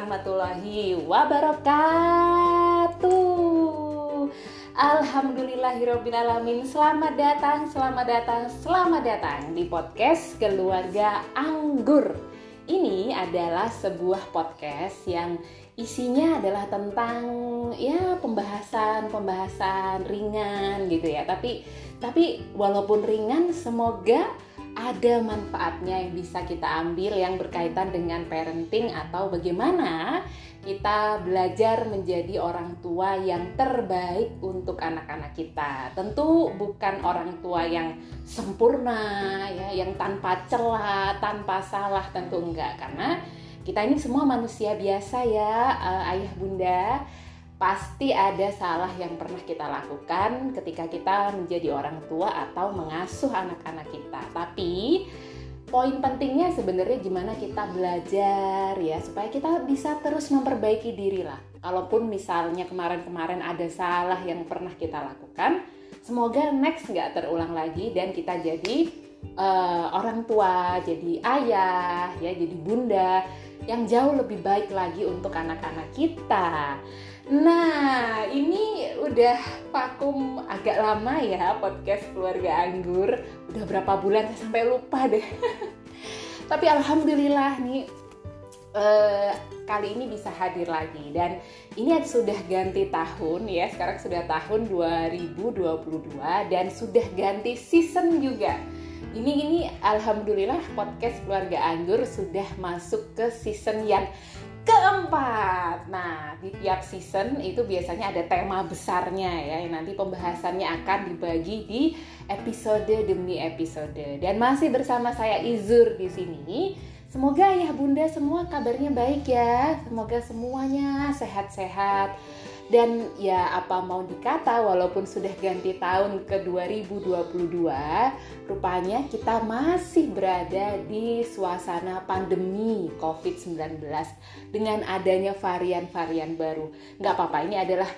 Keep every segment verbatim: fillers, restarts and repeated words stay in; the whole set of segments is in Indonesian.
warahmatullahi wabarakatuh. Alhamdulillahirrabbilalamin. Selamat datang, selamat datang, selamat datang di podcast Keluarga Anggur. Ini adalah sebuah podcast yang isinya adalah tentang ya pembahasan-pembahasan ringan gitu ya. Tapi tapi walaupun ringan, semoga ada manfaatnya yang bisa kita ambil yang berkaitan dengan parenting atau bagaimana kita belajar menjadi orang tua yang terbaik untuk anak-anak kita. Tentu bukan orang tua yang sempurna ya, yang tanpa celah, tanpa salah, tentu enggak, karena kita ini semua manusia biasa ya, uh, ayah bunda. Pasti ada salah yang pernah kita lakukan ketika kita menjadi orang tua atau mengasuh anak-anak kita. Tapi poin pentingnya sebenarnya gimana kita belajar ya, supaya kita bisa terus memperbaiki diri lah. Kalaupun misalnya kemarin-kemarin ada salah yang pernah kita lakukan, semoga next nggak terulang lagi dan kita jadi uh, orang tua, jadi ayah, ya, jadi bunda yang jauh lebih baik lagi untuk anak-anak kita. Nah, ini udah vakum agak lama ya podcast Keluarga Anggur. Udah berapa bulan saya sampai lupa deh. Tapi alhamdulillah nih eh, kali ini bisa hadir lagi. Dan ini sudah ganti tahun ya. Sekarang sudah tahun dua ribu dua puluh dua dan sudah ganti season juga. Ini ini alhamdulillah podcast Keluarga Anggur sudah masuk ke season yang keempat. Nah, di tiap season itu biasanya ada tema besarnya ya, yang nanti pembahasannya akan dibagi di episode demi episode. Dan masih bersama saya Izur di sini. Semoga ayah bunda semua kabarnya baik ya. Semoga semuanya sehat-sehat. Dan ya apa mau dikata, walaupun sudah ganti tahun ke dua ribu dua puluh dua, rupanya kita masih berada di suasana pandemi covid sembilan belas dengan adanya varian-varian baru. Nggak apa-apa, ini adalah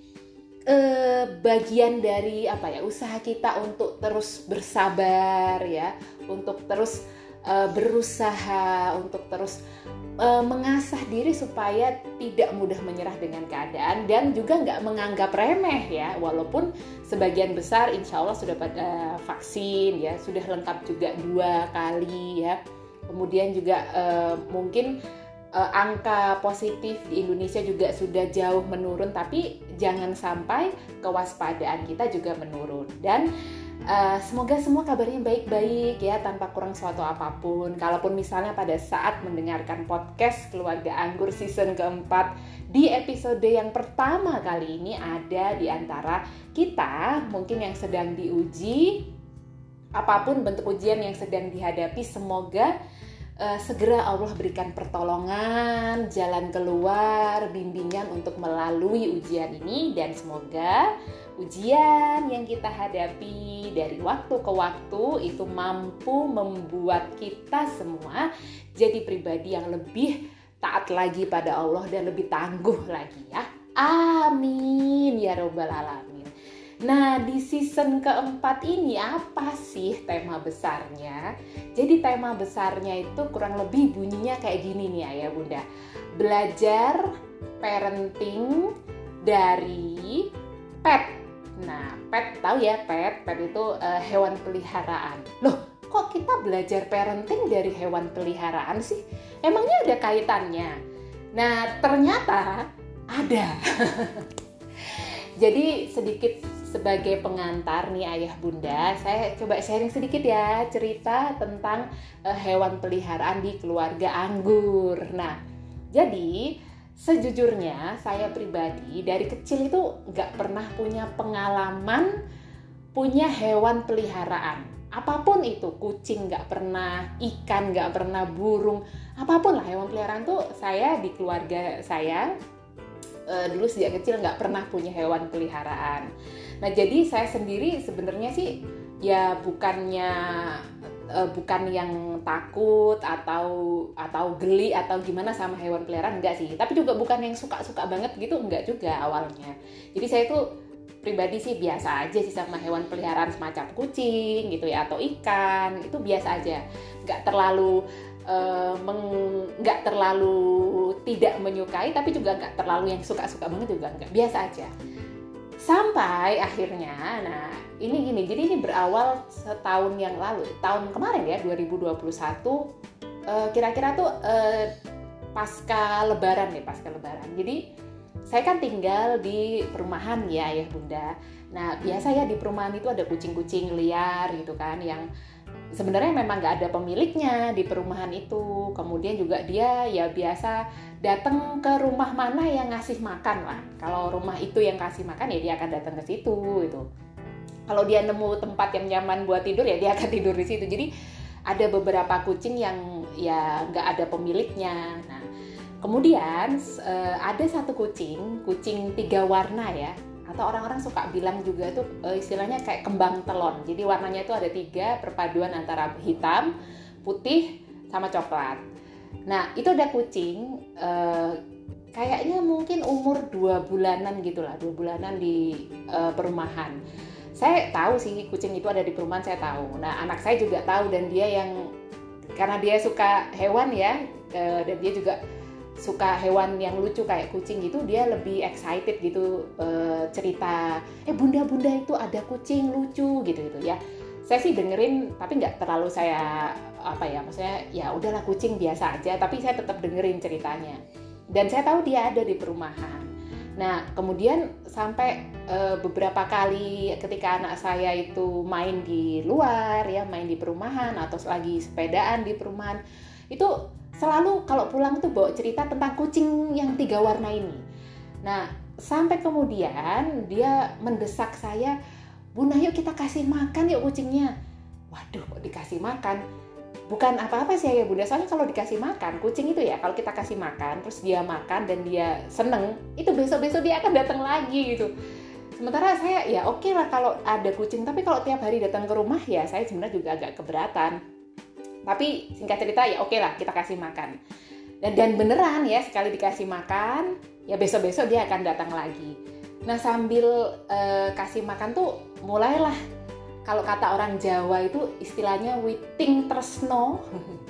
eh, bagian dari apa ya, usaha kita untuk terus bersabar ya, untuk terus eh, berusaha, untuk terus mengasah diri supaya tidak mudah menyerah dengan keadaan dan juga nggak menganggap remeh ya, walaupun sebagian besar insya Allah sudah pada vaksin ya, sudah lengkap juga dua kali ya. Kemudian juga eh, mungkin eh, angka positif di Indonesia juga sudah jauh menurun, tapi jangan sampai kewaspadaan kita juga menurun. Dan Uh, semoga semua kabarnya baik-baik ya, tanpa kurang suatu apapun. Kalaupun misalnya pada saat mendengarkan podcast Keluarga Anggur season keempat, di episode yang pertama kali ini ada di antara kita mungkin yang sedang diuji, apapun bentuk ujian yang sedang dihadapi, semoga uh, segera Allah berikan pertolongan, jalan keluar, bimbingan untuk melalui ujian ini. Dan semoga ujian yang kita hadapi dari waktu ke waktu itu mampu membuat kita semua jadi pribadi yang lebih taat lagi pada Allah dan lebih tangguh lagi ya. Amin ya robbal alamin. Nah, di season keempat ini apa sih tema besarnya? Jadi tema besarnya itu kurang lebih bunyinya kayak gini nih ayah bunda. Belajar parenting dari pet. Nah, pet tahu ya, pet, pet itu uh, hewan peliharaan. Loh, kok kita belajar parenting dari hewan peliharaan sih? Emangnya ada kaitannya? Nah, ternyata ada. Jadi sedikit sebagai pengantar nih ayah bunda, saya coba sharing sedikit ya cerita tentang uh, hewan peliharaan di Keluarga Anggur. Nah, jadi sejujurnya saya pribadi dari kecil itu gak pernah punya pengalaman punya hewan peliharaan. Apapun itu, kucing gak pernah, ikan gak pernah, burung, apapun lah hewan peliharaan tuh saya di keluarga saya e, dulu sejak kecil gak pernah punya hewan peliharaan. Nah jadi saya sendiri sebenarnya sih ya bukannya Uh, bukan yang takut atau atau geli atau gimana sama hewan peliharaan, enggak sih. Tapi juga bukan yang suka-suka banget gitu, enggak juga awalnya. Jadi saya tuh pribadi sih biasa aja sih sama hewan peliharaan semacam kucing gitu ya, atau ikan, itu biasa aja. Enggak terlalu uh, meng, enggak terlalu tidak menyukai, tapi juga nggak terlalu yang suka-suka banget juga nggak, biasa aja. Sampai akhirnya, nah ini gini, jadi ini berawal setahun yang lalu, tahun kemarin ya, dua ribu dua puluh satu, eh, kira-kira tuh eh, pasca lebaran nih, pasca lebaran. Jadi saya kan tinggal di perumahan ya ayah bunda. Nah biasa ya di perumahan itu ada kucing-kucing liar gitu kan, yang sebenarnya memang nggak ada pemiliknya di perumahan itu. Kemudian juga dia ya biasa datang ke rumah mana yang ngasih makan lah. Kalau rumah itu yang kasih makan ya dia akan datang ke situ itu. Kalau dia nemu tempat yang nyaman buat tidur ya dia akan tidur di situ. Jadi ada beberapa kucing yang ya nggak ada pemiliknya. Nah kemudian ada satu kucing, kucing tiga warna ya. Atau orang-orang suka bilang juga tuh istilahnya kayak kembang telon. Jadi warnanya itu ada tiga, perpaduan antara hitam, putih, sama coklat. Nah itu ada kucing, eh, kayaknya mungkin umur dua bulanan gitulah, dua bulanan di eh, perumahan. Saya tahu sih kucing itu ada di perumahan, saya tahu. Nah anak saya juga tahu, dan dia yang, karena dia suka hewan ya, eh, dan dia juga suka hewan yang lucu kayak kucing gitu, dia lebih excited gitu uh, cerita, eh bunda-bunda itu ada kucing lucu gitu gitu ya. Saya sih dengerin, tapi nggak terlalu saya apa ya, maksudnya ya udahlah kucing biasa aja, tapi saya tetap dengerin ceritanya. Dan saya tahu dia ada di perumahan. Nah kemudian sampai uh, beberapa kali ketika anak saya itu main di luar ya, main di perumahan atau lagi sepedaan di perumahan, itu selalu kalau pulang tuh bawa cerita tentang kucing yang tiga warna ini. Nah, sampai kemudian dia mendesak saya, "Bunda, yuk kita kasih makan yuk kucingnya." Waduh, kok dikasih makan? Bukan apa-apa sih ya Bunda, soalnya kalau dikasih makan, kucing itu ya kalau kita kasih makan, terus dia makan dan dia seneng, itu besok-besok dia akan datang lagi gitu. Sementara saya ya oke okay lah kalau ada kucing, tapi kalau tiap hari datang ke rumah ya saya sebenarnya juga agak keberatan. Tapi singkat cerita ya oke okay lah kita kasih makan. Dan, dan beneran ya sekali dikasih makan ya besok-besok dia akan datang lagi. Nah sambil uh, kasih makan tuh mulailah, kalau kata orang Jawa itu istilahnya witing tresno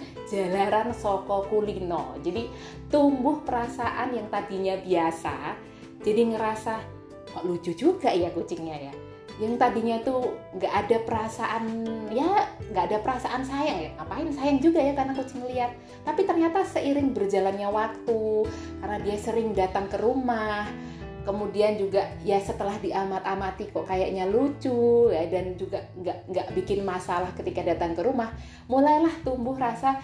jalaran soko kulino. Jadi tumbuh perasaan yang tadinya biasa jadi ngerasa kok lucu juga ya kucingnya ya. Yang tadinya tuh nggak ada perasaan, ya nggak ada perasaan sayang ya, ngapain sayang juga ya karena kucing liar. Tapi ternyata seiring berjalannya waktu, karena dia sering datang ke rumah, kemudian juga ya setelah diamat-amati kok kayaknya lucu ya, dan juga nggak nggak bikin masalah ketika datang ke rumah, mulailah tumbuh rasa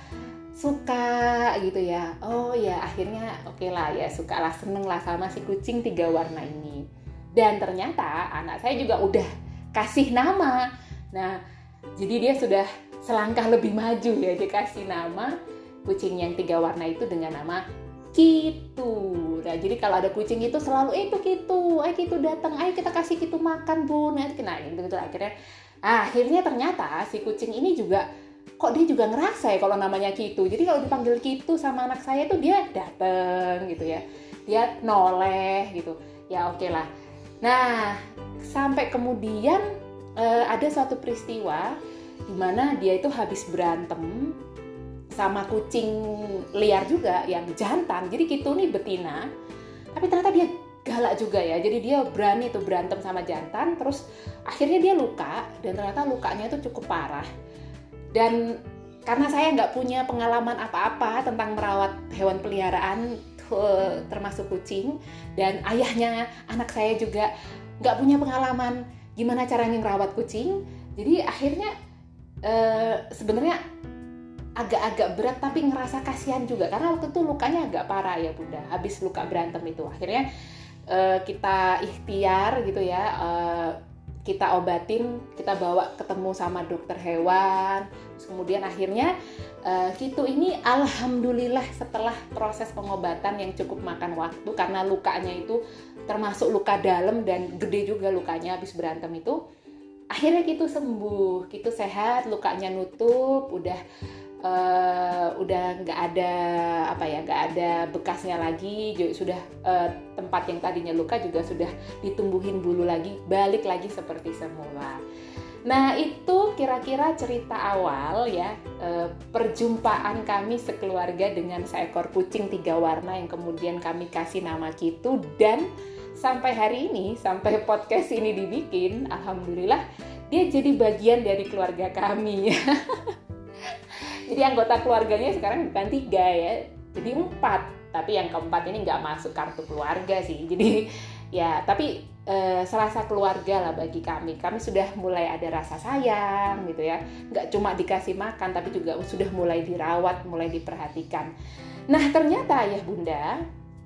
suka gitu ya. Oh ya akhirnya oke okay lah ya, suka lah, seneng lah sama si kucing tiga warna ini. Dan ternyata anak saya juga udah kasih nama. Nah, jadi dia sudah selangkah lebih maju ya, dia kasih nama kucing yang tiga warna itu dengan nama Kitu. Nah, jadi kalau ada kucing itu selalu, eh itu Kitu, ayo Kitu datang, ayo kita kasih Kitu makan bun. Nah, gitu akhirnya, ah, akhirnya ternyata si kucing ini juga, kok dia juga ngerasa ya kalau namanya Kitu. Jadi kalau dipanggil Kitu sama anak saya itu dia datang gitu ya, dia noleh gitu. Ya oke okay lah. Nah, sampai kemudian eh, ada suatu peristiwa di mana dia itu habis berantem sama kucing liar juga yang jantan. Jadi Kitu nih betina, tapi ternyata dia galak juga ya. Jadi dia berani tuh berantem sama jantan, terus akhirnya dia luka, dan ternyata lukanya itu cukup parah. Dan karena saya nggak punya pengalaman apa-apa tentang merawat hewan peliharaan, termasuk kucing, dan ayahnya anak saya juga nggak punya pengalaman gimana caranya ngerawat kucing. Jadi akhirnya e, sebenarnya agak-agak berat, tapi ngerasa kasihan juga karena waktu itu lukanya agak parah ya Bunda, habis luka berantem itu. Akhirnya e, kita ikhtiar gitu ya, e, kita obatin, kita bawa ketemu sama dokter hewan. Terus kemudian akhirnya uh, Kitu ini alhamdulillah setelah proses pengobatan yang cukup makan waktu, karena lukanya itu termasuk luka dalam dan gede juga lukanya habis berantem itu, akhirnya Kitu sembuh, Kitu sehat, lukanya nutup, udah Uh, udah nggak ada apa ya nggak ada bekasnya lagi, sudah uh, tempat yang tadinya luka juga sudah ditumbuhin bulu lagi, balik lagi seperti semula. Nah, itu kira-kira cerita awal ya, eh, perjumpaan kami sekeluarga dengan seekor kucing tiga warna yang kemudian kami kasih nama Kitu. Dan sampai hari ini, sampai podcast ini dibikin, alhamdulillah dia jadi bagian dari keluarga kami. Jadi anggota keluarganya sekarang bukan tiga ya, jadi empat. Tapi yang keempat ini nggak masuk kartu keluarga sih. Jadi ya, tapi eh, serasa keluarga lah bagi kami. Kami sudah mulai ada rasa sayang gitu ya. Nggak cuma dikasih makan, tapi juga sudah mulai dirawat, mulai diperhatikan. Nah, ternyata ayah bunda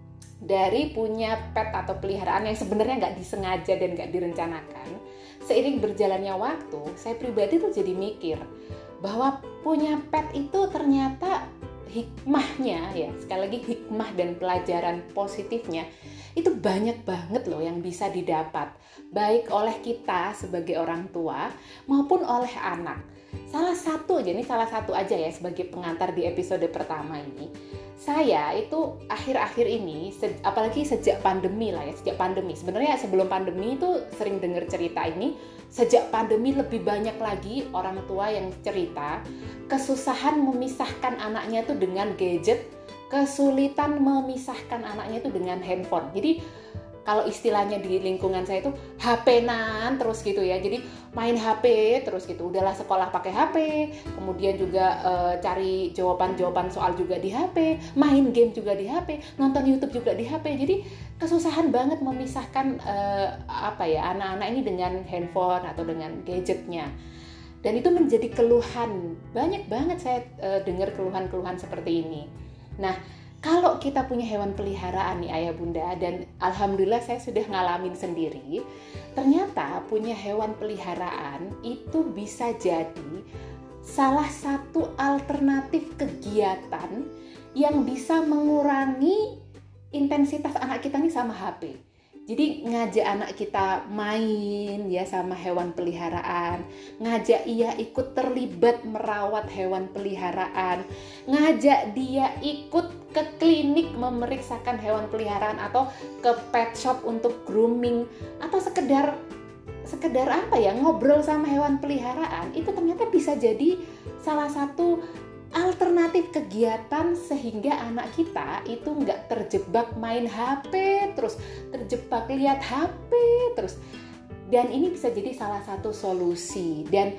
dari punya pet atau peliharaan yang sebenarnya nggak disengaja dan nggak direncanakan, seiring berjalannya waktu, saya pribadi tuh jadi mikir bahwa punya pet itu ternyata hikmahnya ya, sekali lagi hikmah dan pelajaran positifnya itu banyak banget loh yang bisa didapat, baik oleh kita sebagai orang tua maupun oleh anak. Salah satu aja, ini salah satu aja ya sebagai pengantar di episode pertama ini. Saya itu akhir-akhir ini, apalagi sejak pandemi lah ya, sejak pandemi. Sebenarnya sebelum pandemi itu sering dengar cerita ini. Sejak pandemi lebih banyak lagi orang tua yang cerita kesusahan memisahkan anaknya itu dengan gadget, kesulitan memisahkan anaknya itu dengan handphone. Jadi kalau istilahnya di lingkungan saya itu H P-nan terus gitu ya. Jadi main H P terus gitu. Udahlah sekolah pakai H P, kemudian juga e, cari jawaban-jawaban soal juga di H P, main game juga di H P, nonton YouTube juga di H P. Jadi kesusahan banget memisahkan e, apa ya anak-anak ini dengan handphone atau dengan gadgetnya. Dan itu menjadi keluhan. Banyak banget saya e, dengar keluhan-keluhan seperti ini. Nah, kalau kita punya hewan peliharaan nih ayah bunda, dan alhamdulillah saya sudah ngalamin sendiri, ternyata punya hewan peliharaan itu bisa jadi salah satu alternatif kegiatan yang bisa mengurangi intensitas anak kita nih sama H P. Jadi ngajak anak kita main ya sama hewan peliharaan, ngajak ia ikut terlibat merawat hewan peliharaan, ngajak dia ikut ke klinik memeriksakan hewan peliharaan atau ke pet shop untuk grooming, atau sekedar sekedar apa ya ngobrol sama hewan peliharaan, itu ternyata bisa jadi salah satu alternatif kegiatan sehingga anak kita itu nggak terjebak main H P terus, terjebak lihat H P terus. Dan ini bisa jadi salah satu solusi, dan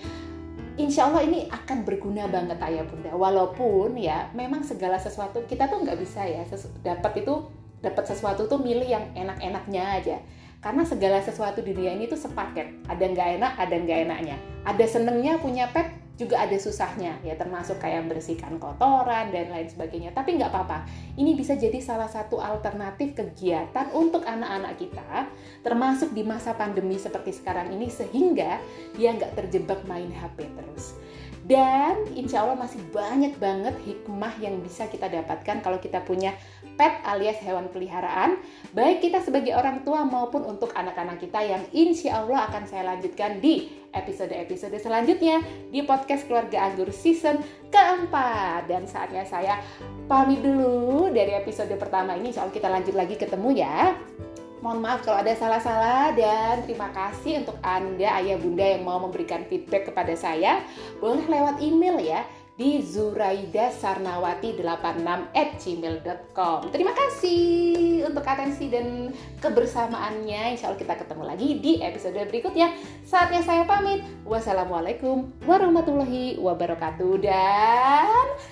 insya Allah ini akan berguna banget ayah bunda. Walaupun ya memang segala sesuatu kita tuh nggak bisa ya sesu- dapat itu dapat sesuatu tuh milih yang enak-enaknya aja. Karena segala sesuatu di dunia ini tuh sepaket. Ada nggak enak, ada nggak enaknya. Ada senengnya punya pet, juga ada susahnya ya, termasuk kayak bersihkan kotoran dan lain sebagainya. Tapi nggak apa-apa, ini bisa jadi salah satu alternatif kegiatan untuk anak-anak kita, termasuk di masa pandemi seperti sekarang ini, sehingga dia nggak terjebak main H P terus. Dan insya Allah masih banyak banget hikmah yang bisa kita dapatkan kalau kita punya pet alias hewan peliharaan, baik kita sebagai orang tua maupun untuk anak-anak kita, yang insya Allah akan saya lanjutkan di episode-episode selanjutnya di podcast Keluarga Anggur season keempat. Dan saatnya saya pamit dulu dari episode pertama ini. Insya Allah kita lanjut lagi ketemu ya. Mohon maaf kalau ada salah-salah, dan terima kasih untuk Anda ayah bunda yang mau memberikan feedback kepada saya. Boleh lewat email ya di zuraida sarnawati delapan enam at gmail dot com. Terima kasih untuk atensi dan kebersamaannya. Insya Allah kita ketemu lagi di episode berikutnya. Saatnya saya pamit. Wassalamualaikum warahmatullahi wabarakatuh, dan